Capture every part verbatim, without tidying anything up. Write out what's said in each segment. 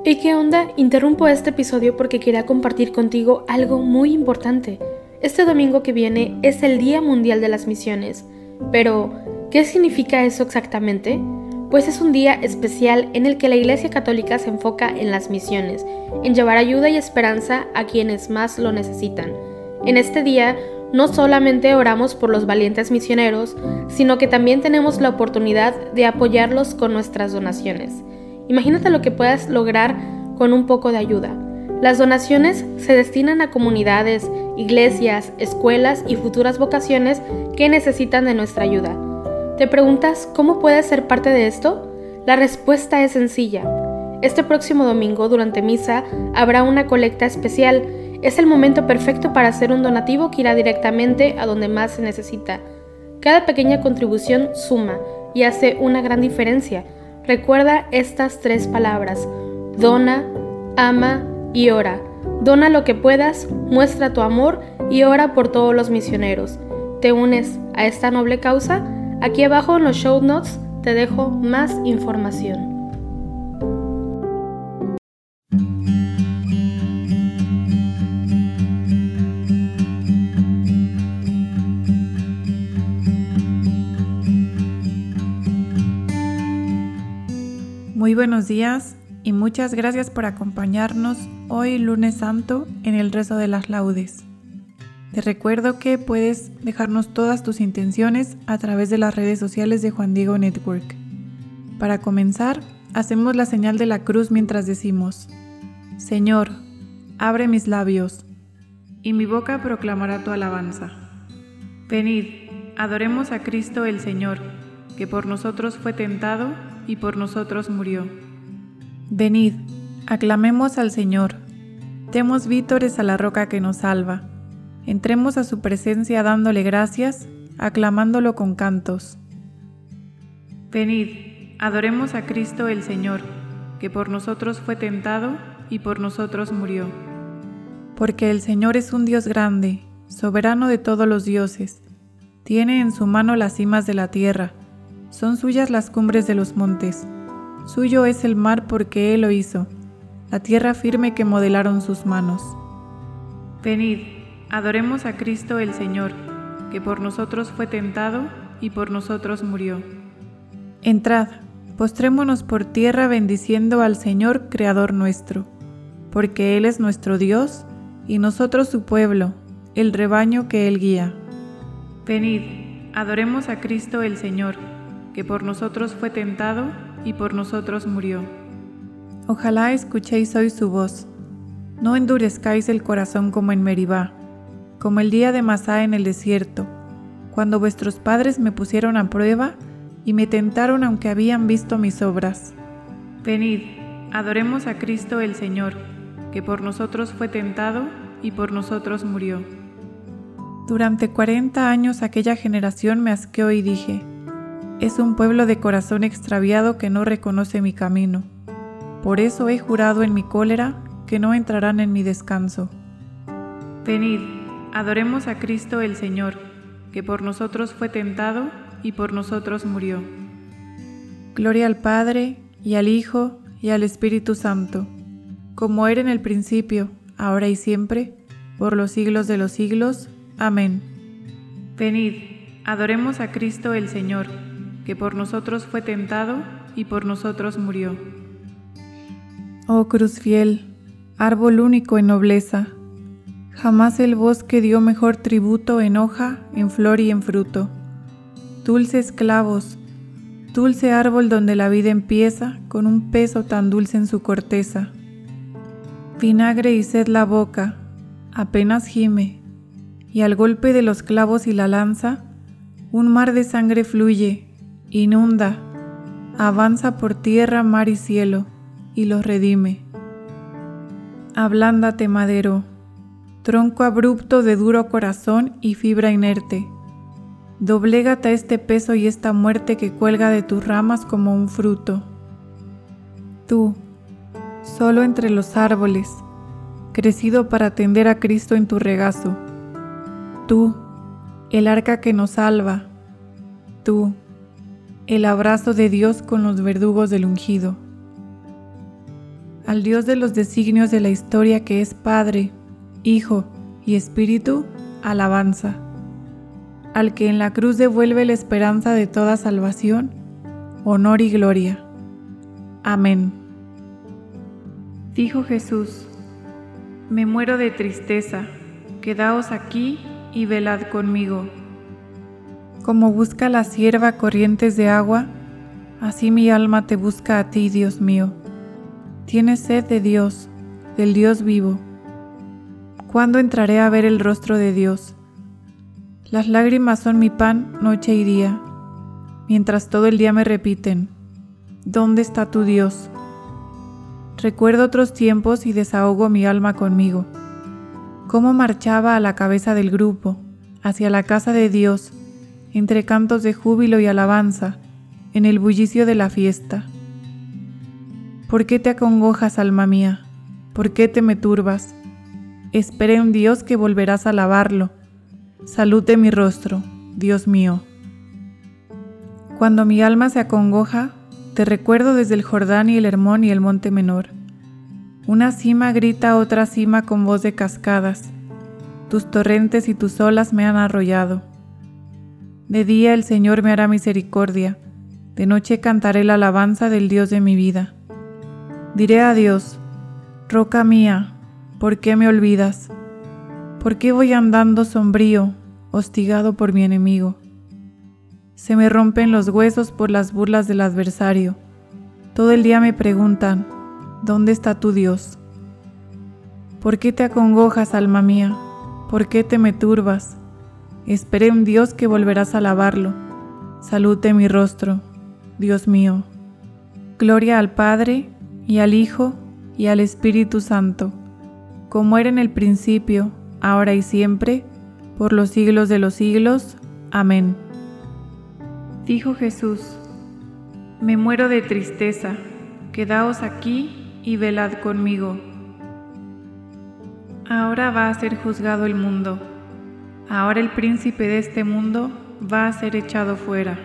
¿Y qué onda? Interrumpo este episodio porque quería compartir contigo algo muy importante. Este domingo que viene es el Día Mundial de las Misiones. Pero, ¿qué significa eso exactamente? Pues es un día especial en el que la Iglesia Católica se enfoca en las misiones, en llevar ayuda y esperanza a quienes más lo necesitan. En este día, no solamente oramos por los valientes misioneros, sino que también tenemos la oportunidad de apoyarlos con nuestras donaciones. Imagínate lo que puedas lograr con un poco de ayuda. Las donaciones se destinan a comunidades, iglesias, escuelas y futuras vocaciones que necesitan de nuestra ayuda. ¿Te preguntas cómo puedes ser parte de esto? La respuesta es sencilla. Este próximo domingo, durante misa, habrá una colecta especial. Es el momento perfecto para hacer un donativo que irá directamente a donde más se necesita. Cada pequeña contribución suma y hace una gran diferencia. Recuerda estas tres palabras: dona, ama y ora. Dona lo que puedas, muestra tu amor y ora por todos los misioneros. ¿Te unes a esta noble causa? Aquí abajo en los show notes te dejo más información. Muy buenos días y muchas gracias por acompañarnos hoy lunes santo en el rezo de las laudes. Te recuerdo que puedes dejarnos todas tus intenciones a través de las redes sociales de Juan Diego Network. Para comenzar, hacemos la señal de la cruz mientras decimos: Señor, abre mis labios, y mi boca proclamará tu alabanza. Venid, adoremos a Cristo el Señor, que por nosotros fue tentado y por nosotros murió. Venid, aclamemos al Señor, demos vítores a la roca que nos salva. Entremos a su presencia dándole gracias, aclamándolo con cantos. Venid, adoremos a Cristo el Señor, que por nosotros fue tentado y por nosotros murió. Porque el Señor es un Dios grande, soberano de todos los dioses. Tiene en su mano las cimas de la tierra, son suyas las cumbres de los montes. Suyo es el mar porque Él lo hizo, la tierra firme que modelaron sus manos. Venid, adoremos a Cristo el Señor, que por nosotros fue tentado y por nosotros murió. Entrad, postrémonos por tierra bendiciendo al Señor Creador nuestro, porque Él es nuestro Dios y nosotros su pueblo, el rebaño que Él guía. Venid, adoremos a Cristo el Señor, que por nosotros fue tentado y por nosotros murió. Ojalá escuchéis hoy su voz. No endurezcáis el corazón como en Meribá, como el día de Masá en el desierto, cuando vuestros padres me pusieron a prueba y me tentaron aunque habían visto mis obras. Venid, adoremos a Cristo el Señor, que por nosotros fue tentado y por nosotros murió. Durante cuarenta años aquella generación me asqueó y dije: es un pueblo de corazón extraviado que no reconoce mi camino. Por eso he jurado en mi cólera que no entrarán en mi descanso. Venid, adoremos a Cristo el Señor, que por nosotros fue tentado y por nosotros murió. Gloria al Padre, y al Hijo, y al Espíritu Santo, como era en el principio, ahora y siempre, por los siglos de los siglos. Amén. Venid, adoremos a Cristo el Señor, que por nosotros fue tentado y por nosotros murió. Oh cruz fiel, árbol único en nobleza, jamás el bosque dio mejor tributo en hoja, en flor y en fruto. Dulces clavos, dulce árbol donde la vida empieza, con un peso tan dulce en su corteza. Vinagre y sed la boca, apenas gime, y al golpe de los clavos y la lanza, un mar de sangre fluye, inunda, avanza por tierra, mar y cielo, y los redime. Ablándate, madero, tronco abrupto de duro corazón y fibra inerte. Doblégate a este peso y esta muerte que cuelga de tus ramas como un fruto. Tú, solo entre los árboles, crecido para atender a Cristo en tu regazo. Tú, el arca que nos salva. Tú, el abrazo de Dios con los verdugos del ungido. al Dios de los designios de la historia que es Padre, Hijo y Espíritu, alabanza. Al que en la cruz devuelve la esperanza de toda salvación, honor y gloria. Amén. Dijo Jesús: me muero de tristeza, quedaos aquí y velad conmigo. Como busca la sierva corrientes de agua, así mi alma te busca a ti, Dios mío. Tienes sed de Dios, del Dios vivo. ¿Cuándo entraré a ver el rostro de Dios? Las lágrimas son mi pan noche y día, mientras todo el día me repiten: ¿dónde está tu Dios? Recuerdo otros tiempos y desahogo mi alma conmigo. Cómo marchaba a la cabeza del grupo, hacia la casa de Dios, entre cantos de júbilo y alabanza, en el bullicio de la fiesta. ¿Por qué te acongojas, alma mía? ¿Por qué te me turbas? Esperé un Dios que volverás a alabarlo. Salud de mi rostro, Dios mío. Cuando mi alma se acongoja, te recuerdo desde el Jordán y el Hermón y el Monte Menor. Una cima grita a otra cima con voz de cascadas. Tus torrentes y tus olas me han arrollado. De día el Señor me hará misericordia, de noche cantaré la alabanza del Dios de mi vida. Diré a Dios: roca mía, ¿por qué me olvidas? ¿Por qué voy andando sombrío, hostigado por mi enemigo? Se me rompen los huesos por las burlas del adversario. Todo el día me preguntan: ¿dónde está tu Dios? ¿Por qué te acongojas, alma mía? ¿Por qué te me turbas? Esperé un Dios que volverás a alabarlo. Salud de mi rostro, Dios mío. Gloria al Padre, y al Hijo, y al Espíritu Santo, como era en el principio, ahora y siempre, por los siglos de los siglos. Amén. Dijo Jesús: me muero de tristeza, quedaos aquí y velad conmigo. Ahora va a ser juzgado el mundo, ahora el príncipe de este mundo va a ser echado fuera.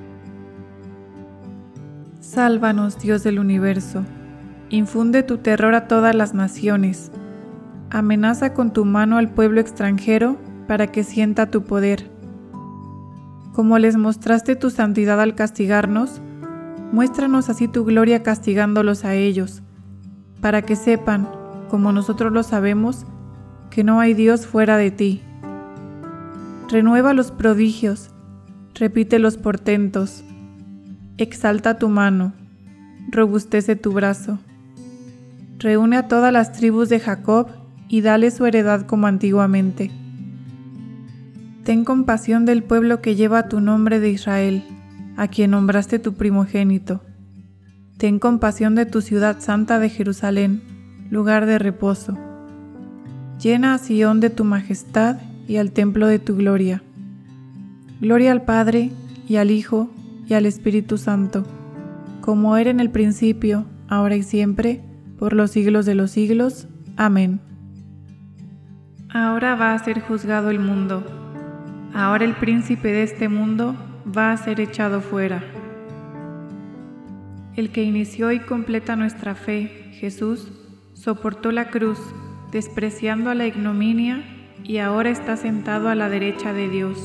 Sálvanos, Dios del universo, infunde tu terror a todas las naciones, amenaza con tu mano al pueblo extranjero para que sienta tu poder. Como les mostraste tu santidad al castigarnos, muéstranos así tu gloria castigándolos a ellos, para que sepan, como nosotros lo sabemos, que no hay Dios fuera de ti. Renueva los prodigios, repite los portentos, exalta tu mano, robustece tu brazo. Reúne a todas las tribus de Jacob y dale su heredad como antiguamente. Ten compasión del pueblo que lleva tu nombre de Israel, a quien nombraste tu primogénito. Ten compasión de tu ciudad santa de Jerusalén, lugar de reposo. Llena a Sión de tu majestad y al templo de tu gloria. Gloria al Padre, y al Hijo, y al Espíritu Santo, como era en el principio, ahora y siempre, por los siglos de los siglos. Amén. Ahora va a ser juzgado el mundo. Ahora el príncipe de este mundo va a ser echado fuera. El que inició y completa nuestra fe, Jesús, soportó la cruz, despreciando a la ignominia, y ahora está sentado a la derecha de Dios.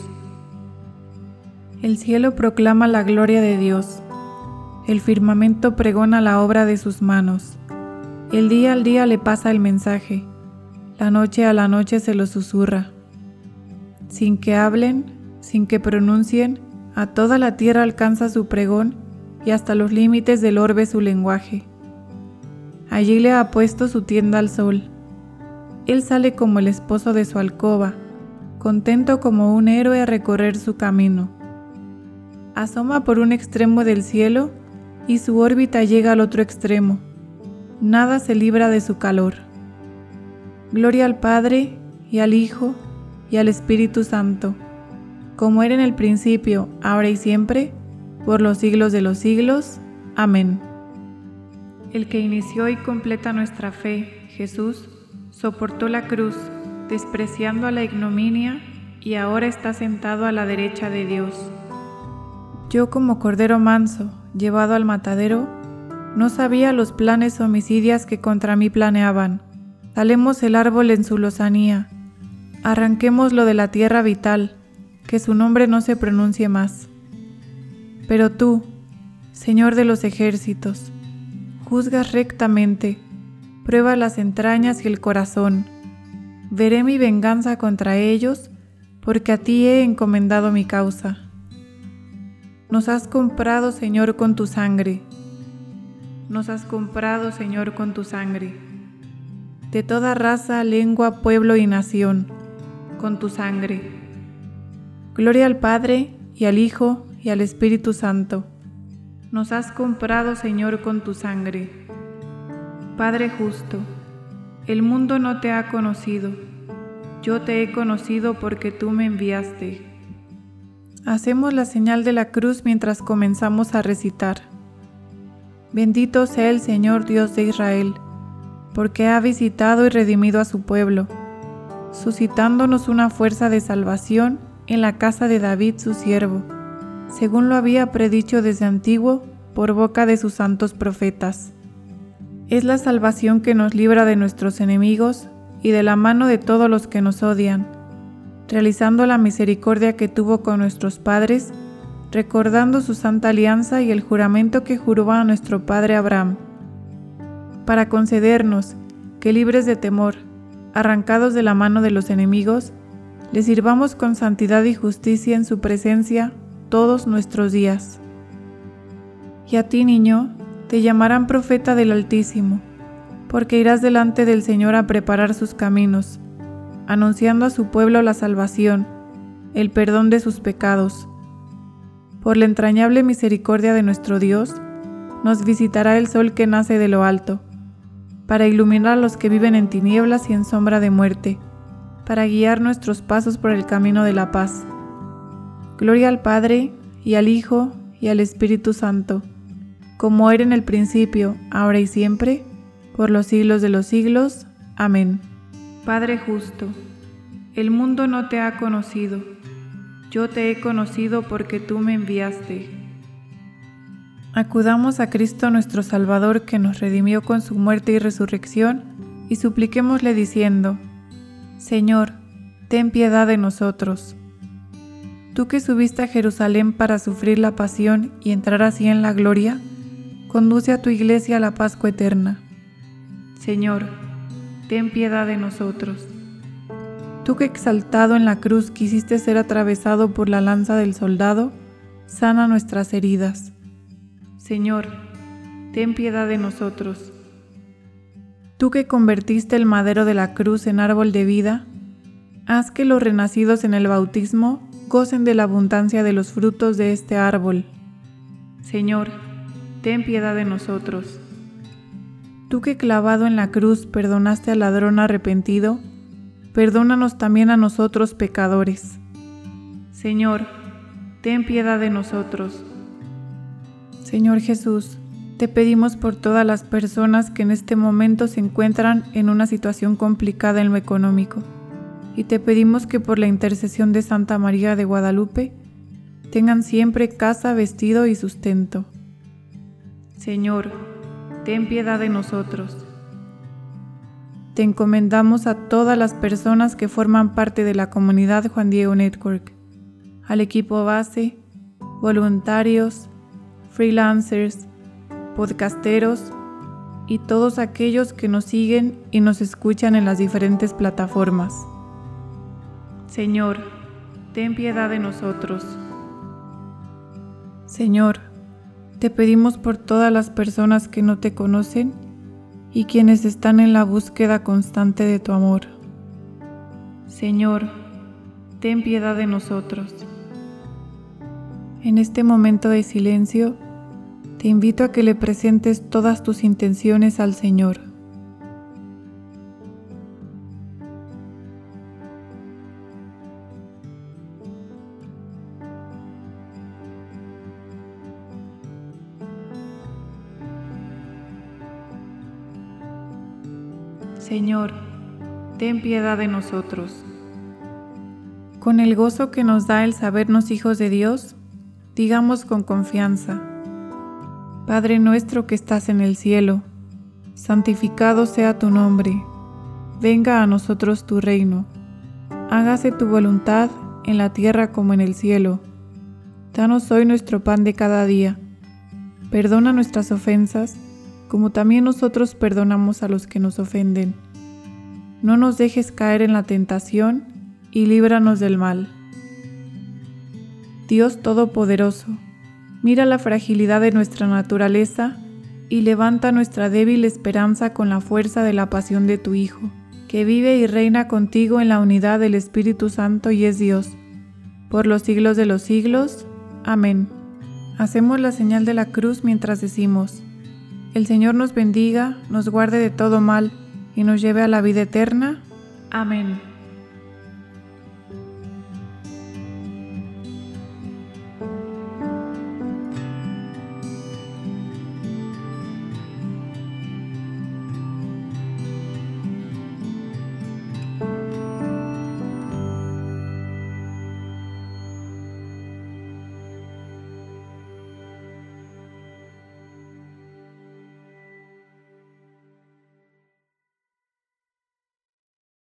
El cielo proclama la gloria de Dios. El firmamento pregona la obra de sus manos. El día al día le pasa el mensaje, la noche a la noche se lo susurra. Sin que hablen, sin que pronuncien, a toda la tierra alcanza su pregón y hasta los límites del orbe su lenguaje. Allí le ha puesto su tienda al sol. Él sale como el esposo de su alcoba, contento como un héroe a recorrer su camino. Asoma por un extremo del cielo y su órbita llega al otro extremo. Nada se libra de su calor. Gloria al Padre, y al Hijo, y al Espíritu Santo, como era en el principio, ahora y siempre, por los siglos de los siglos. Amén. El que inició y completa nuestra fe, Jesús, soportó la cruz, despreciando a la ignominia, y ahora está sentado a la derecha de Dios. Yo como cordero manso, llevado al matadero, No sabía los planes homicidas que contra mí planeaban. Talemos el árbol en su lozanía. Arranquémoslo de la tierra vital, que su nombre no se pronuncie más. Pero tú, Señor de los ejércitos, juzgas rectamente, pruebas las entrañas y el corazón. Veré mi venganza contra ellos, porque a ti he encomendado mi causa. Nos has comprado, Señor, con tu sangre. Nos has comprado, Señor, con tu sangre. De toda raza, lengua, pueblo y nación, con tu sangre. Gloria al Padre, y al Hijo, y al Espíritu Santo. Nos has comprado, Señor, con tu sangre. Padre justo, el mundo no te ha conocido. Yo te he conocido porque tú me enviaste. Hacemos la señal de la cruz mientras comenzamos a recitar. Bendito sea el Señor Dios de Israel, porque ha visitado y redimido a su pueblo, suscitándonos una fuerza de salvación en la casa de David su siervo, según lo había predicho desde antiguo por boca de sus santos profetas. Es la salvación que nos libra de nuestros enemigos y de la mano de todos los que nos odian, realizando la misericordia que tuvo con nuestros padres, recordando su santa alianza y el juramento que juró a nuestro padre Abraham, para concedernos que, libres de temor, arrancados de la mano de los enemigos, le sirvamos con santidad y justicia en su presencia todos nuestros días. Y a ti, niño, te llamarán profeta del Altísimo, porque irás delante del Señor a preparar sus caminos, anunciando a su pueblo la salvación, el perdón de sus pecados. Por la entrañable misericordia de nuestro Dios, nos visitará el sol que nace de lo alto, para iluminar a los que viven en tinieblas y en sombra de muerte, para guiar nuestros pasos por el camino de la paz. Gloria al Padre, y al Hijo, y al Espíritu Santo, como era en el principio, ahora y siempre, por los siglos de los siglos. Amén. Padre justo, el mundo no te ha conocido. Yo te he conocido porque tú me enviaste. Acudamos a Cristo nuestro Salvador, que nos redimió con su muerte y resurrección, y supliquémosle diciendo: Señor, ten piedad de nosotros. Tú que subiste a Jerusalén para sufrir la pasión y entrar así en la gloria, conduce a tu iglesia a la Pascua eterna. Señor, ten piedad de nosotros. Tú que exaltado en la cruz quisiste ser atravesado por la lanza del soldado, sana nuestras heridas. Señor, ten piedad de nosotros. Tú que convertiste el madero de la cruz en árbol de vida, haz que los renacidos en el bautismo gocen de la abundancia de los frutos de este árbol. Señor, ten piedad de nosotros. Tú que clavado en la cruz perdonaste al ladrón arrepentido, perdónanos también a nosotros pecadores. Señor, ten piedad de nosotros. Señor Jesús, te pedimos por todas las personas que en este momento se encuentran en una situación complicada en lo económico, y te pedimos que por la intercesión de Santa María de Guadalupe tengan siempre casa, vestido y sustento. Señor, ten piedad de nosotros. Te encomendamos a todas las personas que forman parte de la comunidad Juan Diego Network, al equipo base, voluntarios, freelancers, podcasteros y todos aquellos que nos siguen y nos escuchan en las diferentes plataformas. Señor, ten piedad de nosotros. Señor, te pedimos por todas las personas que no te conocen y quienes están en la búsqueda constante de tu amor. Señor, ten piedad de nosotros. En este momento de silencio, te invito a que le presentes todas tus intenciones al Señor. Señor, ten piedad de nosotros. Con el gozo que nos da el sabernos hijos de Dios, digamos con confianza: Padre nuestro que estás en el cielo, santificado sea tu nombre. Venga a nosotros tu reino. Hágase tu voluntad en la tierra como en el cielo. Danos hoy nuestro pan de cada día. Perdona nuestras ofensas, como también nosotros perdonamos a los que nos ofenden. No nos dejes caer en la tentación y líbranos del mal. Dios Todopoderoso, mira la fragilidad de nuestra naturaleza y levanta nuestra débil esperanza con la fuerza de la pasión de tu Hijo, que vive y reina contigo en la unidad del Espíritu Santo y es Dios, por los siglos de los siglos. Amén. Hacemos la señal de la cruz mientras decimos: El Señor nos bendiga, nos guarde de todo mal y nos lleve a la vida eterna. Amén.